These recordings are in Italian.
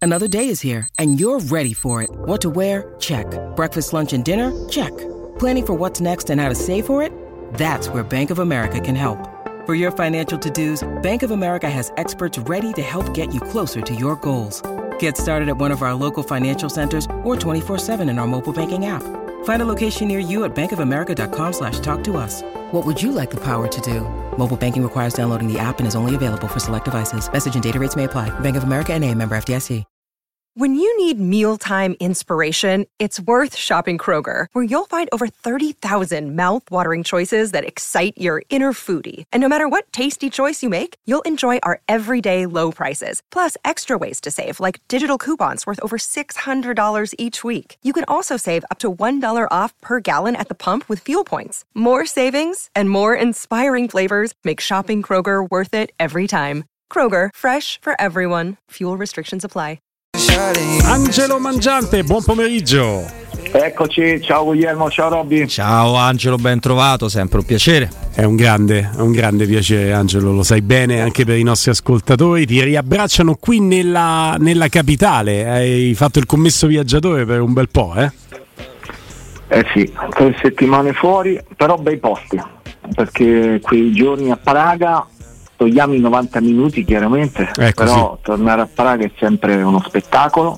Another day is here, and you're ready for it. What to wear? Check. Breakfast, lunch, and dinner? Check. Planning for what's next and how to save for it? That's where Bank of America can help. For your financial to-dos, Bank of America has experts ready to help get you closer to your goals. Get started at one of our local financial centers or 24/7 in our mobile banking app. Find a location near you at bankofamerica.com/talktous. What would you like the power to do? Mobile banking requires downloading the app and is only available for select devices. Message and data rates may apply. Bank of America N.A., member FDIC. When you need mealtime inspiration, it's worth shopping Kroger, where you'll find over 30,000 mouth-watering choices that excite your inner foodie. And no matter what tasty choice you make, you'll enjoy our everyday low prices, plus extra ways to save, like digital coupons worth over $600 each week. You can also save up to $1 off per gallon at the pump with fuel points. More savings and more inspiring flavors make shopping Kroger worth it every time. Kroger, fresh for everyone. Fuel restrictions apply. Angelo Mangiante, buon pomeriggio. Eccoci, ciao Guglielmo, ciao Robby. Ciao Angelo, ben trovato, sempre un piacere. È un grande piacere, Angelo, lo sai bene, anche per i nostri ascoltatori. Ti riabbracciano qui nella capitale. Hai fatto il commesso viaggiatore per un bel po', eh? Sì, 3 settimane fuori, però bei posti, perché quei giorni a Praga togliamo i 90 minuti chiaramente, però tornare a Praga è sempre uno spettacolo.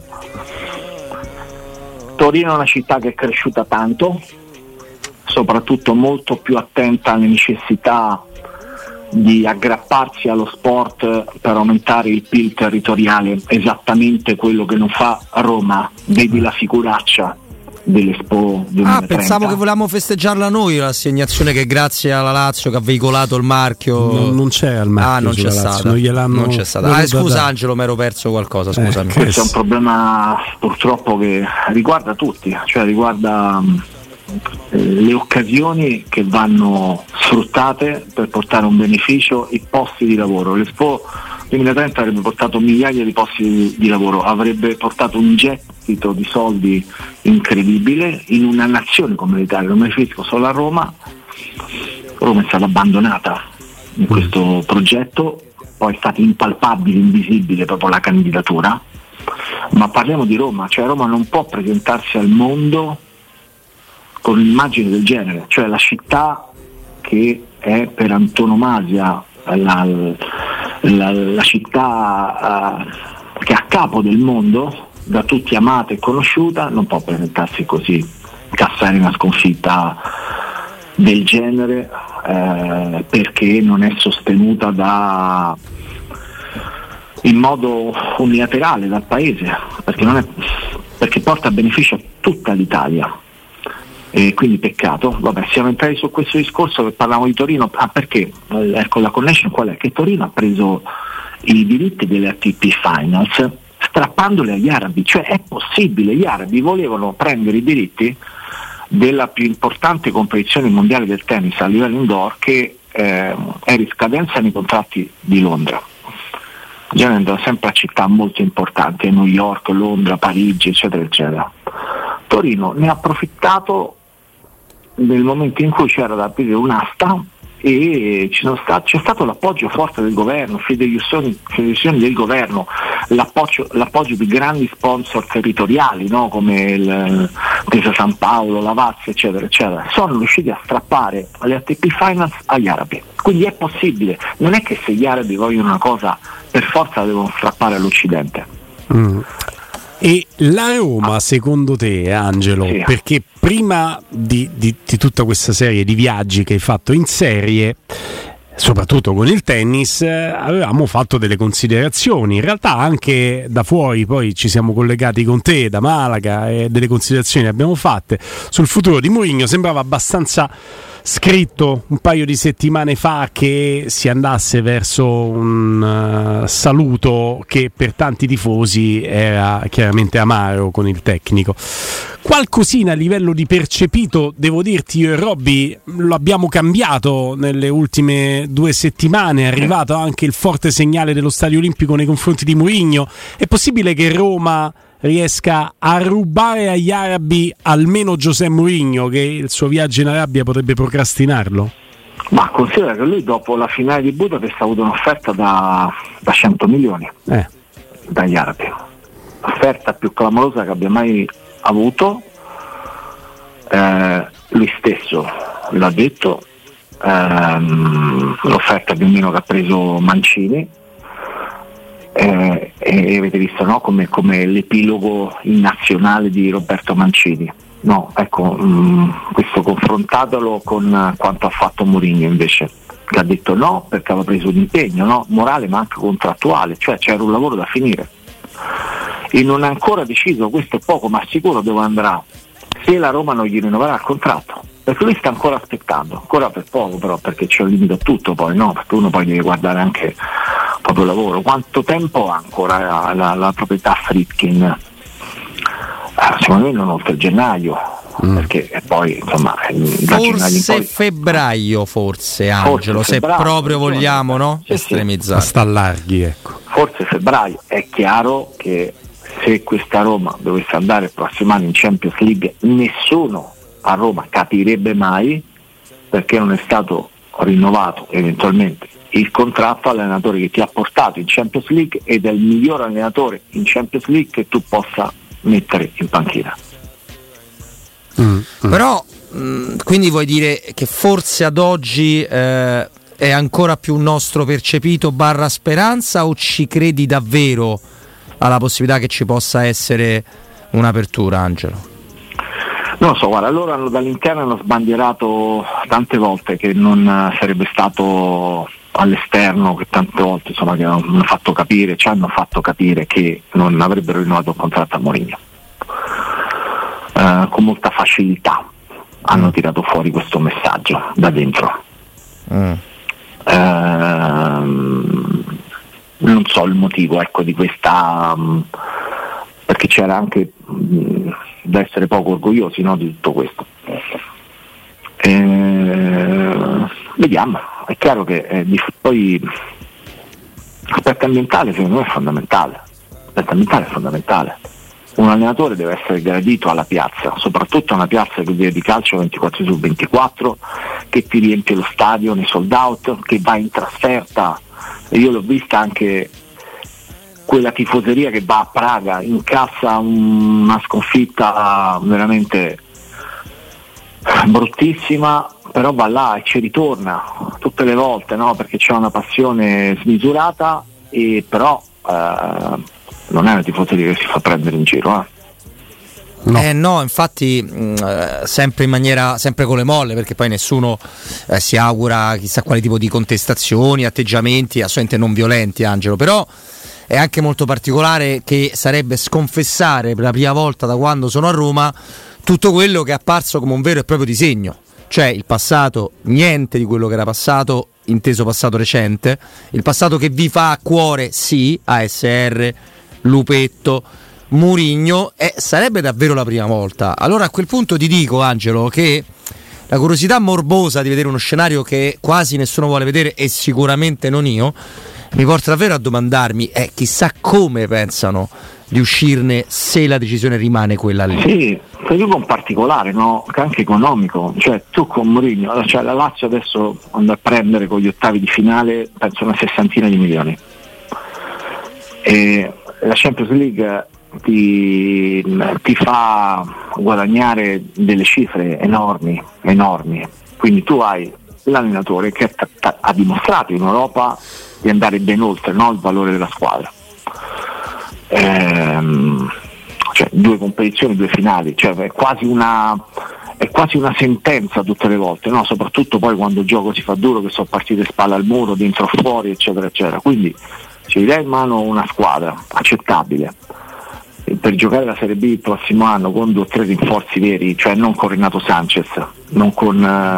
Torino è una città che è cresciuta tanto, soprattutto molto più attenta alle necessità di aggrapparsi allo sport per aumentare il PIL territoriale, esattamente quello che non fa Roma. Vedi la figuraccia dell'Expo 2030. Pensavo che volevamo festeggiarla noi, l'assegnazione che grazie alla Lazio che ha veicolato il marchio. Non c'è al marchio. Non c'è stata. Non c'è stata. Scusa Angelo, mi ero perso qualcosa, scusami. Questo è un problema purtroppo che riguarda tutti, cioè riguarda le occasioni che vanno sfruttate per portare un beneficio, i posti di lavoro. L'Expo 2030 avrebbe portato migliaia di posti di lavoro, avrebbe portato un gettito di soldi incredibile in una nazione come l'Italia. Non mi riferisco solo a Roma. Roma è stata abbandonata in questo progetto, poi è stata impalpabile, invisibile proprio la candidatura, ma parliamo di Roma, cioè Roma non può presentarsi al mondo con un'immagine del genere, cioè la città che è per antonomasia la città che è a capo del mondo, da tutti amata e conosciuta, non può presentarsi così, cassare una sconfitta del genere perché non è sostenuta in modo unilaterale dal paese, perché porta beneficio a tutta l'Italia. E quindi peccato. Vabbè, siamo entrati su questo discorso che parlavamo di Torino, perché ecco la connection qual è? Che Torino ha preso i diritti delle ATP Finals strappandole agli arabi, cioè è possibile, gli arabi volevano prendere i diritti della più importante competizione mondiale del tennis a livello indoor che è in scadenza nei contratti di Londra. Già andava sempre a città molto importanti, New York, Londra, Parigi, eccetera eccetera. Torino ne ha approfittato nel momento in cui c'era da aprire un'asta e c'è stato l'appoggio forte del governo, fideiussioni del governo, l'appoggio di grandi sponsor territoriali, no? Come il Intesa San Paolo, la Vazia, eccetera eccetera. Sono riusciti a strappare le ATP Finals agli arabi, quindi è possibile, non è che se gli arabi vogliono una cosa per forza la devono strappare all'Occidente. E la Roma, secondo te, Angelo, sì, perché prima di tutta questa serie di viaggi che hai fatto in serie, soprattutto con il tennis, avevamo fatto delle considerazioni, in realtà anche da fuori, poi ci siamo collegati con te da Malaga e delle considerazioni abbiamo fatte sul futuro di Mourinho. Sembrava abbastanza scritto un paio di settimane fa che si andasse verso un saluto che per tanti tifosi era chiaramente amaro con il tecnico. Qualcosina a livello di percepito, devo dirti io e Robby, lo abbiamo cambiato nelle ultime 2 settimane, è arrivato anche il forte segnale dello Stadio Olimpico nei confronti di Mourinho. È possibile che Roma riesca a rubare agli arabi almeno José Mourinho, che il suo viaggio in Arabia potrebbe procrastinarlo? Ma considera che lui dopo la finale di Budapest ha avuto un'offerta da 100 milioni dagli arabi. l'offerta più clamorosa che abbia mai avuto, lui stesso l'ha detto, l'offerta più o meno che ha preso Mancini, e avete visto, no? come l'epilogo in nazionale di Roberto Mancini, no? Ecco, questo confrontatelo con quanto ha fatto Mourinho invece, che ha detto no perché aveva preso un impegno, no? Morale ma anche contrattuale, cioè c'era un lavoro da finire e non ha ancora deciso, questo è poco ma sicuro dove andrà, se la Roma non gli rinnoverà il contratto, perché lui sta ancora aspettando, ancora per poco però, perché c'è un limite a tutto poi, no? Perché uno poi deve guardare anche il proprio lavoro. Quanto tempo ha ancora la proprietà Friedkin? Secondo me non oltre gennaio, perché poi insomma forse febbraio, forse Angelo, se proprio vogliamo, no? Estremizzare. Sta larghi, ecco. Forse febbraio. È chiaro che se questa Roma dovesse andare il prossimo anno in Champions League, nessuno a Roma capirebbe mai perché non è stato rinnovato eventualmente il contratto all'allenatore che ti ha portato in Champions League ed è il miglior allenatore in Champions League che tu possa mettere in panchina. Però quindi vuoi dire che forse ad oggi è ancora più nostro percepito / speranza, o ci credi davvero alla possibilità che ci possa essere un'apertura, Angelo? Non lo so, guarda, loro dall'interno hanno sbandierato tante volte che non sarebbe stato all'esterno, che tante volte insomma che hanno fatto capire, ci hanno fatto capire che non avrebbero rinnovato il contratto a Mourinho. Con molta facilità hanno tirato fuori questo messaggio da dentro. Non so il motivo, ecco, di questa, perché c'era anche da essere poco orgogliosi, no, di tutto questo. Vediamo, è chiaro che poi l'aspetto ambientale secondo me è fondamentale. L'aspetto ambientale è fondamentale. Un allenatore deve essere gradito alla piazza, soprattutto una piazza che vive di calcio 24/24, che ti riempie lo stadio nei sold out, che va in trasferta. Io l'ho vista anche quella tifoseria che va a Praga, incassa una sconfitta veramente bruttissima, però va là e ci ritorna tutte le volte, no? Perché c'è una passione smisurata, e però non è una tifoseria che si fa prendere in giro. No, infatti sempre in maniera, sempre con le molle, perché poi nessuno si augura chissà quale tipo di contestazioni, atteggiamenti assolutamente non violenti, Angelo, però è anche molto particolare che sarebbe sconfessare per la prima volta da quando sono a Roma tutto quello che è apparso come un vero e proprio disegno, cioè il passato, niente di quello che era passato, inteso passato recente, il passato che vi fa a cuore, sì, ASR, Lupetto, Mourinho, sarebbe davvero la prima volta. Allora a quel punto ti dico, Angelo, che la curiosità morbosa di vedere uno scenario che quasi nessuno vuole vedere, e sicuramente non io, mi porta davvero a domandarmi chissà come pensano di uscirne se la decisione rimane quella lì. Sì, ti dico un particolare, no? Che anche economico, cioè tu con Mourinho, cioè la Lazio adesso andrà a prendere con gli ottavi di finale penso una 60 di milioni, e la Champions League ti fa guadagnare delle cifre enormi, quindi tu hai l'allenatore che ha dimostrato in Europa di andare ben oltre, no, il valore della squadra, cioè 2 competizioni, 2 finali, cioè è quasi una sentenza tutte le volte, no? Soprattutto poi quando il gioco si fa duro, che sono partite spalle al muro, dentro o fuori, eccetera eccetera, quindi ci dai in mano una squadra accettabile per giocare la Serie B il prossimo anno con 2 o 3 rinforzi veri, cioè non con Renato Sanchez, non con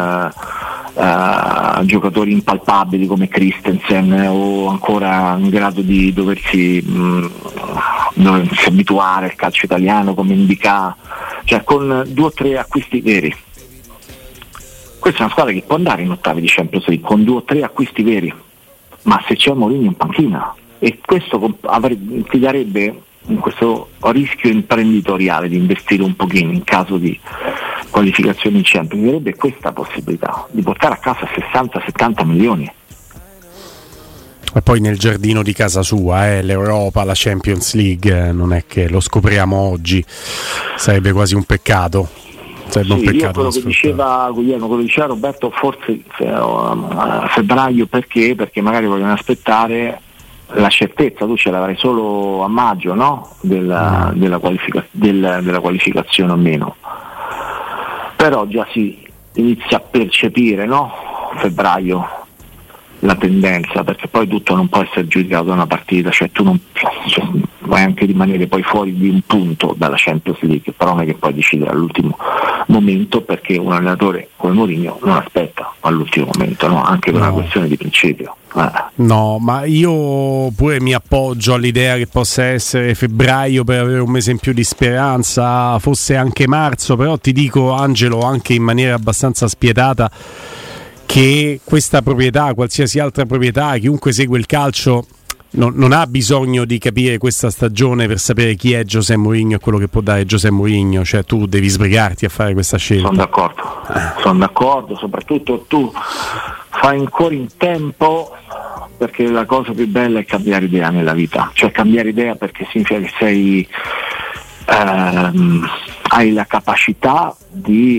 giocatori impalpabili come Christensen, o ancora in grado di doversi abituare al calcio italiano come Indica, cioè con 2 o 3 acquisti veri. Questa è una squadra che può andare in ottavi di Champions League con 2 o 3 acquisti veri, ma se c'è Mourinho in panchina, e questo ti darebbe questo rischio imprenditoriale di investire un pochino in caso di qualificazione in Champions, darebbe questa possibilità di portare a casa 60-70 milioni. E poi nel giardino di casa sua, l'Europa, la Champions League, non è che lo scopriamo oggi, sarebbe quasi un peccato. Sarebbe un peccato. Io quello che diceva Guglielmo, quello che diceva Roberto, forse a febbraio, perché magari vogliono aspettare la certezza, tu ce l'avrai solo a maggio, no? della qualificazione o meno, però già si inizia a percepire, no? Febbraio la tendenza, perché poi tutto non può essere giudicato da una partita, cioè tu non puoi anche rimanere poi fuori di un punto dalla Champions League, però non è che puoi decidere all'ultimo momento, perché un allenatore come Mourinho non aspetta all'ultimo momento, no? Anche per una questione di principio. No, ma io pure mi appoggio all'idea che possa essere febbraio per avere un mese in più di speranza, fosse anche marzo, però ti dico, Angelo, anche in maniera abbastanza spietata, che questa proprietà, qualsiasi altra proprietà, chiunque segue il calcio non ha bisogno di capire questa stagione per sapere chi è José Mourinho e quello che può dare José Mourinho, cioè tu devi sbrigarti a fare questa scelta. Sono d'accordo, soprattutto tu fai ancora in tempo, perché la cosa più bella è cambiare idea nella vita, cioè cambiare idea perché significa che hai la capacità di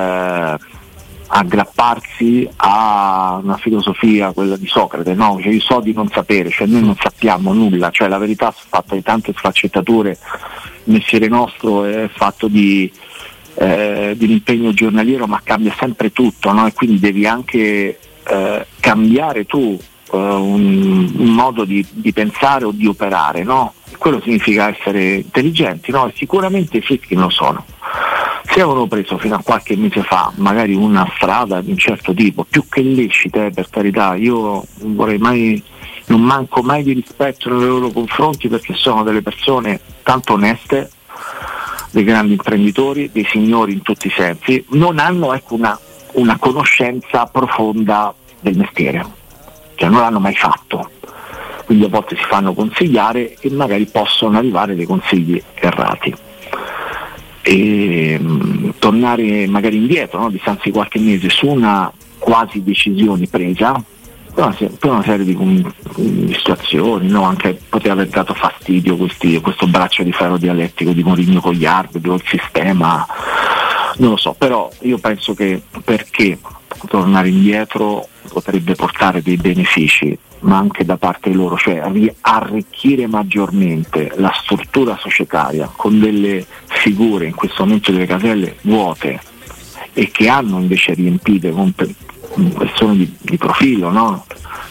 aggrapparsi a una filosofia, quella di Socrate, no? Cioè, io so di non sapere, cioè noi non sappiamo nulla, cioè la verità è fatta di tante sfaccettature, il mestiere nostro è fatto di un impegno giornaliero, ma cambia sempre tutto, no? E quindi devi anche cambiare tu un modo di pensare o di operare, no? Quello significa essere intelligenti, no? E sicuramente i Friedkin lo sono. Se avevano preso fino a qualche mese fa magari una strada di un certo tipo, più che lecita, per carità, io non manco mai di rispetto nei loro confronti, perché sono delle persone tanto oneste, dei grandi imprenditori, dei signori in tutti i sensi, non hanno una conoscenza profonda del mestiere, cioè non l'hanno mai fatto, quindi a volte si fanno consigliare e magari possono arrivare dei consigli errati. E tornare magari indietro, no? Distanza di qualche mese su una quasi decisione presa per una serie di situazioni, no? Anche poteva aver dato fastidio questo braccio di ferro dialettico di Mourinho con gli arbitri o il sistema, non lo so, però io penso che perché tornare indietro potrebbe portare dei benefici, ma anche da parte loro, cioè arricchire maggiormente la struttura societaria con delle figure, in questo momento delle caselle vuote, e che hanno invece riempite con persone di profilo, no?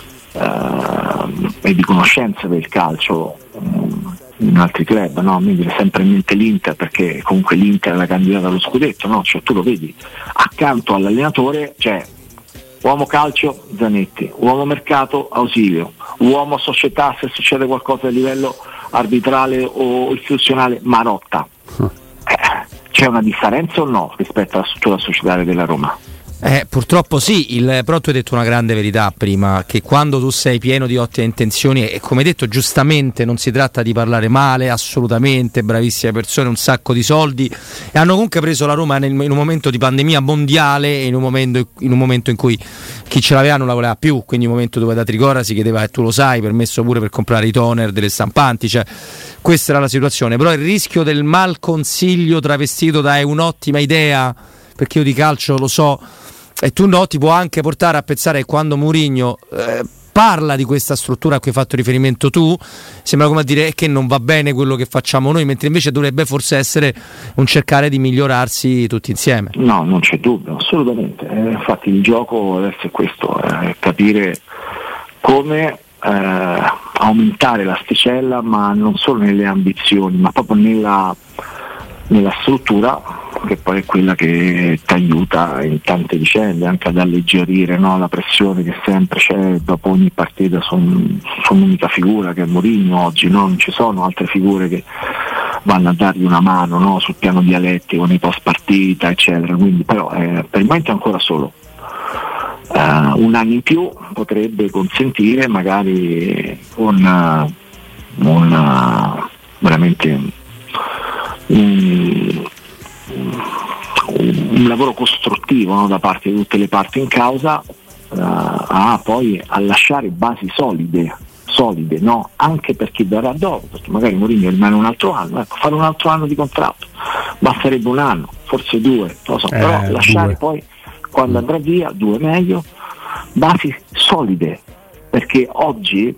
E di conoscenza del calcio in altri club, no? Mi viene sempre in mente l'Inter, perché comunque l'Inter è la candidata allo scudetto, no? Cioè tu lo vedi accanto all'allenatore, cioè uomo calcio Zanetti, uomo mercato Ausilio, uomo società se succede qualcosa a livello arbitrale o istituzionale Marotta. C'è una differenza o no rispetto alla struttura societaria della Roma? Purtroppo sì, però tu hai detto una grande verità prima, che quando tu sei pieno di ottime intenzioni, e come hai detto giustamente non si tratta di parlare male, assolutamente, bravissime persone, un sacco di soldi, e hanno comunque preso la Roma in un momento di pandemia mondiale, in un momento in cui chi ce l'aveva non la voleva più, quindi un momento dove da Tricora si chiedeva, e tu lo sai, permesso pure per comprare i toner delle stampanti, cioè questa era la situazione. Però il rischio del mal consiglio travestito da un'ottima idea, perché io di calcio lo so, e tu no, ti può anche portare a pensare che quando Mourinho parla di questa struttura a cui hai fatto riferimento tu, sembra come a dire che non va bene quello che facciamo noi, mentre invece dovrebbe forse essere un cercare di migliorarsi tutti insieme. No, non c'è dubbio, assolutamente. Infatti il gioco adesso è questo, capire come aumentare l'asticella, ma non solo nelle ambizioni, ma proprio nella struttura, che poi è quella che ti aiuta in tante vicende, anche ad alleggerire, no, la pressione che sempre c'è dopo ogni partita su un'unica figura che è Mourinho oggi, no? Non ci sono altre figure che vanno a dargli una mano, no, sul piano dialettico nei post partita eccetera, quindi però per il momento è ancora solo. Un anno in più potrebbe consentire magari veramente un lavoro costruttivo, no, da parte di tutte le parti in causa, poi a lasciare basi solide, no? Anche per chi verrà dopo, perché magari Mourinho rimane un altro anno, ecco, fare un altro anno di contratto, basterebbe un anno, forse 2, non lo so, però lasciare 2. Poi quando andrà via 2 meglio, basi solide, perché oggi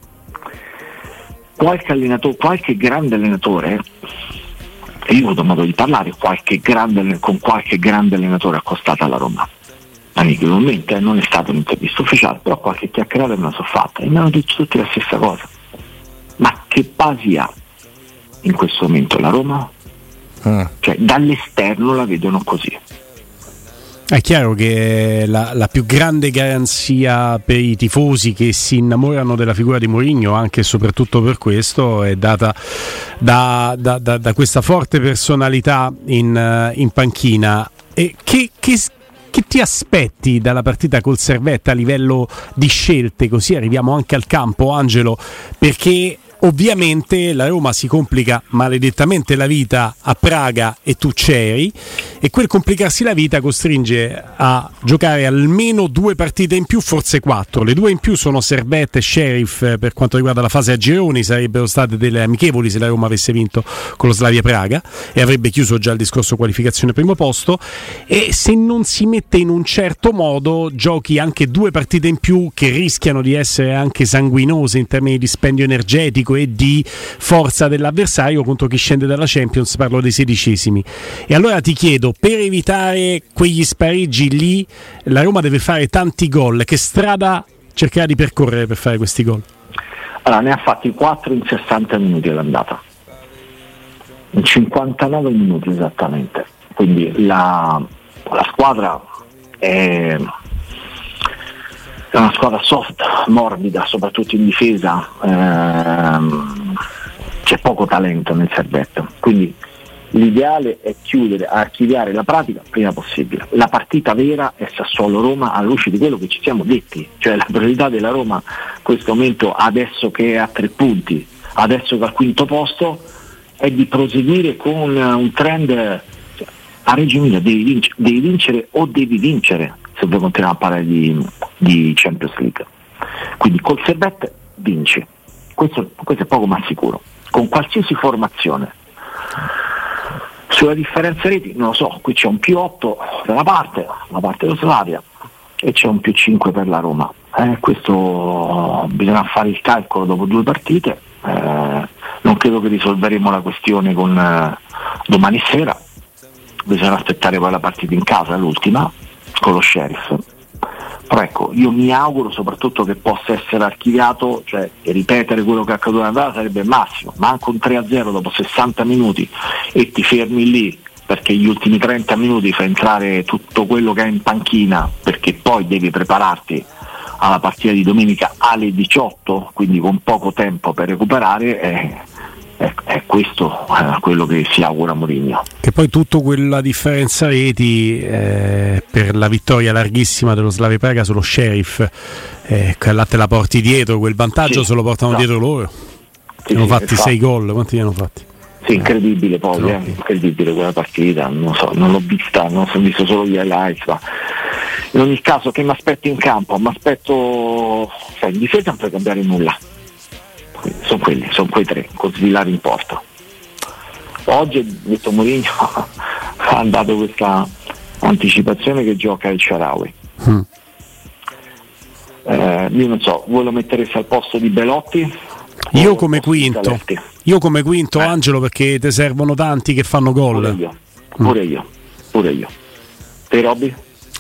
qualche grande allenatore, e io ho avuto modo di parlare con qualche grande allenatore accostato alla Roma, amichevolmente, non è stato un'intervista ufficiale, però qualche chiacchierata me la sono fatta e mi hanno detto tutti la stessa cosa. Ma che basi ha in questo momento la Roma? Cioè dall'esterno la vedono così. È chiaro che la più grande garanzia per i tifosi che si innamorano della figura di Mourinho, anche e soprattutto per questo, è data da questa forte personalità in panchina. E che ti aspetti dalla partita col Servette a livello di scelte? Così arriviamo anche al campo, Angelo, perché ovviamente la Roma si complica maledettamente la vita a Praga e tu c'eri, e quel complicarsi la vita costringe a giocare almeno 2 partite in più, forse 4. Le 2 in più sono Servette e Sheriff per quanto riguarda la fase a gironi, sarebbero state delle amichevoli se la Roma avesse vinto con lo Slavia Praga e avrebbe chiuso già il discorso qualificazione primo posto, e se non si mette in un certo modo giochi anche 2 partite in più che rischiano di essere anche sanguinose in termini di dispendio energetico e di forza dell'avversario contro chi scende dalla Champions, parlo dei 16esimi. E allora ti chiedo, per evitare quegli spareggi lì, la Roma deve fare tanti gol, che strada cercherà di percorrere per fare questi gol? Allora, ne ha fatti 4 in 60 minuti all'andata, in 59 minuti esattamente, quindi la squadra è una squadra soft, morbida, soprattutto in difesa, c'è poco talento nel Servette, quindi l'ideale è archiviare la pratica prima possibile. La partita vera è Sassuolo-Roma alla luce di quello che ci siamo detti, cioè la priorità della Roma in questo momento, adesso che è a 3 punti, adesso che è al 5° posto, è di proseguire con un trend, a Reggio Emilia devi vincere o devi vincere se vuoi continuare a parlare di Champions League. Quindi col Servette vinci, questo è poco ma sicuro, con qualsiasi formazione. Sulla differenza reti non lo so, qui c'è un +8 da una parte dello Slavia, e c'è un +5 per la Roma. Questo bisogna fare il calcolo dopo 2 partite, non credo che risolveremo la questione con domani sera, bisogna aspettare poi la partita in casa, l'ultima con lo Sheriff. Però ecco, io mi auguro soprattutto che possa essere archiviato, cioè ripetere quello che è accaduto all'andata sarebbe il massimo, ma anche un 3-0 dopo 60 minuti e ti fermi lì perché gli ultimi 30 minuti fai entrare tutto quello che hai in panchina, perché poi devi prepararti alla partita di domenica alle 18, quindi con poco tempo per recuperare, è questo quello che si augura Mourinho. Che poi tutto quella differenza reti per la vittoria larghissima dello Slavia Praga sullo Sheriff, là te la porti dietro, quel vantaggio sì, se lo portano dietro loro. Sì, hanno fatti 6 gol, quanti ne hanno fatti? Sì, incredibile poi, incredibile quella partita, non so, non l'ho vista, non ho visto solo gli highlights, ma in ogni caso che mi aspetto in campo? Mi aspetto, in difesa non puoi cambiare nulla. Sono quei 3 con Svilare in porta. Oggi ha detto Mourinho ha dato questa anticipazione che gioca il Shaarawy. Io non so, voi lo mettereste al posto di Belotti? Io come quinto, Angelo, perché ti servono tanti che fanno gol. Pure io. Te, Robby?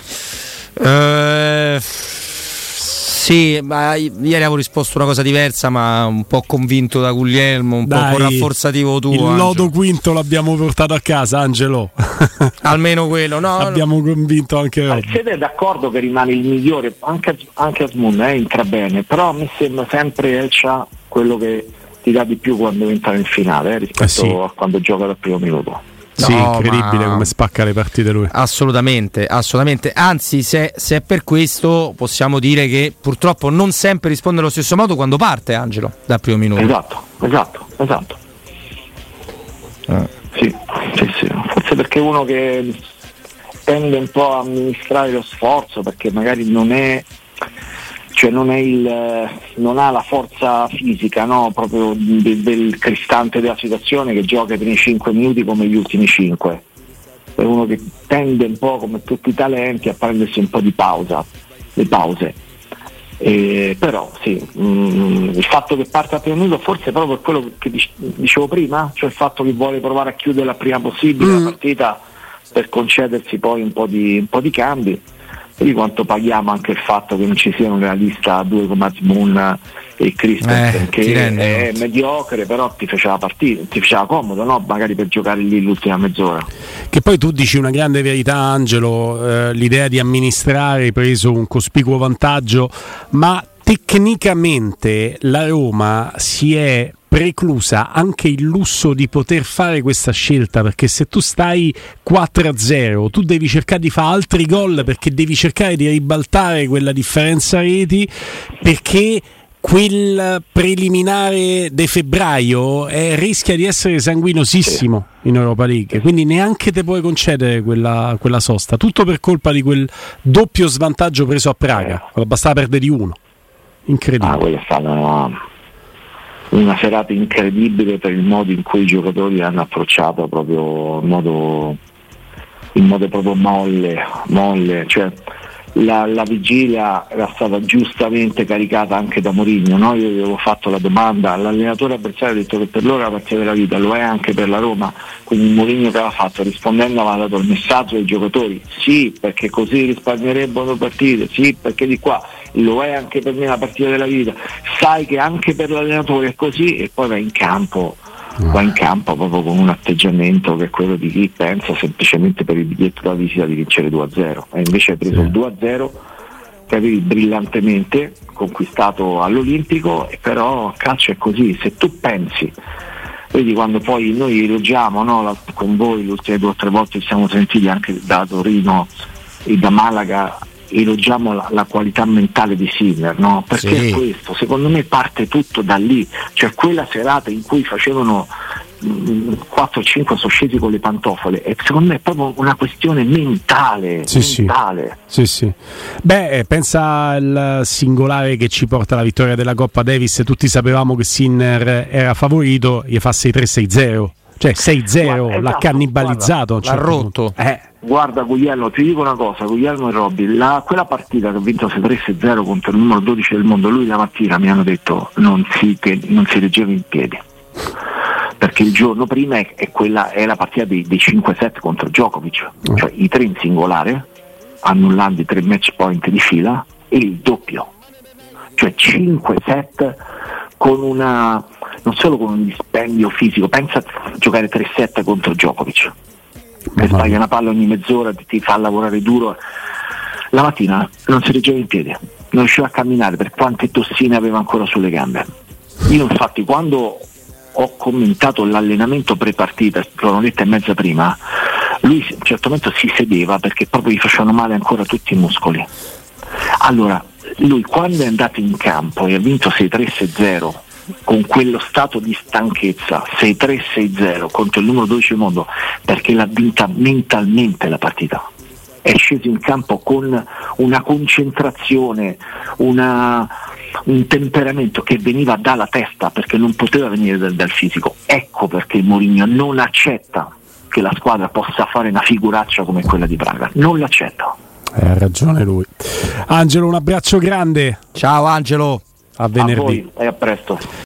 Sì, ma ieri avevo risposto una cosa diversa, ma un po' convinto da Guglielmo, un po' con rafforzativo tuo. Il lodo quinto l'abbiamo portato a casa, Angelo. Almeno quello, no? Abbiamo convinto anche oggi. Siete d'accordo che rimane il migliore, anche Asmun entra bene, però a me sembra sempre Elcia quello che ti dà di più quando entra in finale rispetto a quando gioca dal primo minuto. Sì, incredibile come spacca le partite lui. Assolutamente. Anzi, se è per questo possiamo dire che purtroppo non sempre risponde allo stesso modo quando parte Angelo dal primo minuto. Esatto. Sì. Forse perché è uno che tende un po' a amministrare lo sforzo, perché magari non è cioè non ha la forza fisica, no? Proprio del cristante della situazione, che gioca i primi 5 minuti come gli ultimi 5. È uno che tende un po', come tutti i talenti, a prendersi un po' di le pause. Però sì, il fatto che parta primo minuto forse proprio per quello che dicevo prima, cioè il fatto che vuole provare a chiudere la prima possibile la partita per concedersi poi un po' di cambi. E di quanto paghiamo anche il fatto che non ci siano nella lista due come Azmoun e Christensen, che è mediocre, però ti faceva partita, ti faceva comodo, no? Magari per giocare lì l'ultima mezz'ora. Che poi tu dici una grande verità, Angelo, l'idea di amministrare, hai preso un cospicuo vantaggio, ma tecnicamente la Roma si è preclusa anche il lusso di poter fare questa scelta, perché se tu stai 4-0 tu devi cercare di fare altri gol, perché devi cercare di ribaltare quella differenza reti, perché quel preliminare di febbraio rischia di essere sanguinosissimo in Europa League, quindi neanche te puoi concedere quella sosta, tutto per colpa di quel doppio svantaggio preso a Praga. Bastava perdere di uno, incredibile. Quella è stata una serata incredibile per il modo in cui i giocatori hanno approcciato proprio in modo proprio molle, cioè la vigilia era stata giustamente caricata anche da Mourinho, no? Io gli avevo fatto la domanda, l'allenatore avversario ha detto che per loro è la partita della vita, lo è anche per la Roma, quindi Mourinho che aveva fatto, rispondendo aveva dato il messaggio ai giocatori, sì perché così risparmierebbero partite, sì perché di qua, lo è anche per me la partita della vita, sai che anche per l'allenatore è così, e poi va in campo proprio con un atteggiamento che è quello di chi pensa semplicemente per il biglietto da visita di vincere 2-0, e invece hai preso il 2-0 che avevi brillantemente conquistato all'Olimpico, e però calcio è così, se tu pensi, vedi, quando poi noi elogiamo, no, con voi le ultime 2 o 3 volte ci siamo sentiti anche da Torino e da Malaga, elogiamo la qualità mentale di Sinner, no? Perché è questo, secondo me parte tutto da lì, cioè quella serata in cui facevano 4-5 sono scesi con le pantofole, e secondo me è proprio una questione mentale. Sì. Beh, pensa al singolare che ci porta alla vittoria della Coppa Davis, tutti sapevamo che Sinner era favorito, gli fa 6-3-6-0, cioè 6-0, l'ha cannibalizzato, l'ha rotto. Guarda Guglielmo, ti dico una cosa, Guglielmo e Robby, quella partita che ha vinto 6-3-6-0 contro il numero 12 del mondo, lui la mattina mi hanno detto che non si reggeva in piedi, perché il giorno prima è la partita dei 5-7 contro Djokovic, cioè i 3 in singolare, annullando i 3 match point di fila, e il doppio, cioè 5-7 con non solo con un dispendio fisico, pensa a giocare 3-7 contro Djokovic, che sbaglia una palla ogni mezz'ora, ti fa lavorare duro. La mattina non si reggeva in piedi, non riusciva a camminare per quante tossine aveva ancora sulle gambe. Io infatti quando ho commentato l'allenamento pre-partita, un'oretta e mezza prima, lui a un certo momento si sedeva perché proprio gli facevano male ancora tutti i muscoli. Allora lui quando è andato in campo e ha vinto 6-3-6-0 con quello stato di stanchezza, 6-3-6-0 contro il numero 12 del mondo, perché l'ha vinta mentalmente la partita, è sceso in campo con una concentrazione, un temperamento che veniva dalla testa, perché non poteva venire dal fisico. Ecco perché Mourinho non accetta che la squadra possa fare una figuraccia come quella di Praga, non l'accetta. Ha ragione lui. Angelo, un abbraccio grande. Ciao Angelo, a venerdì. A voi e a presto.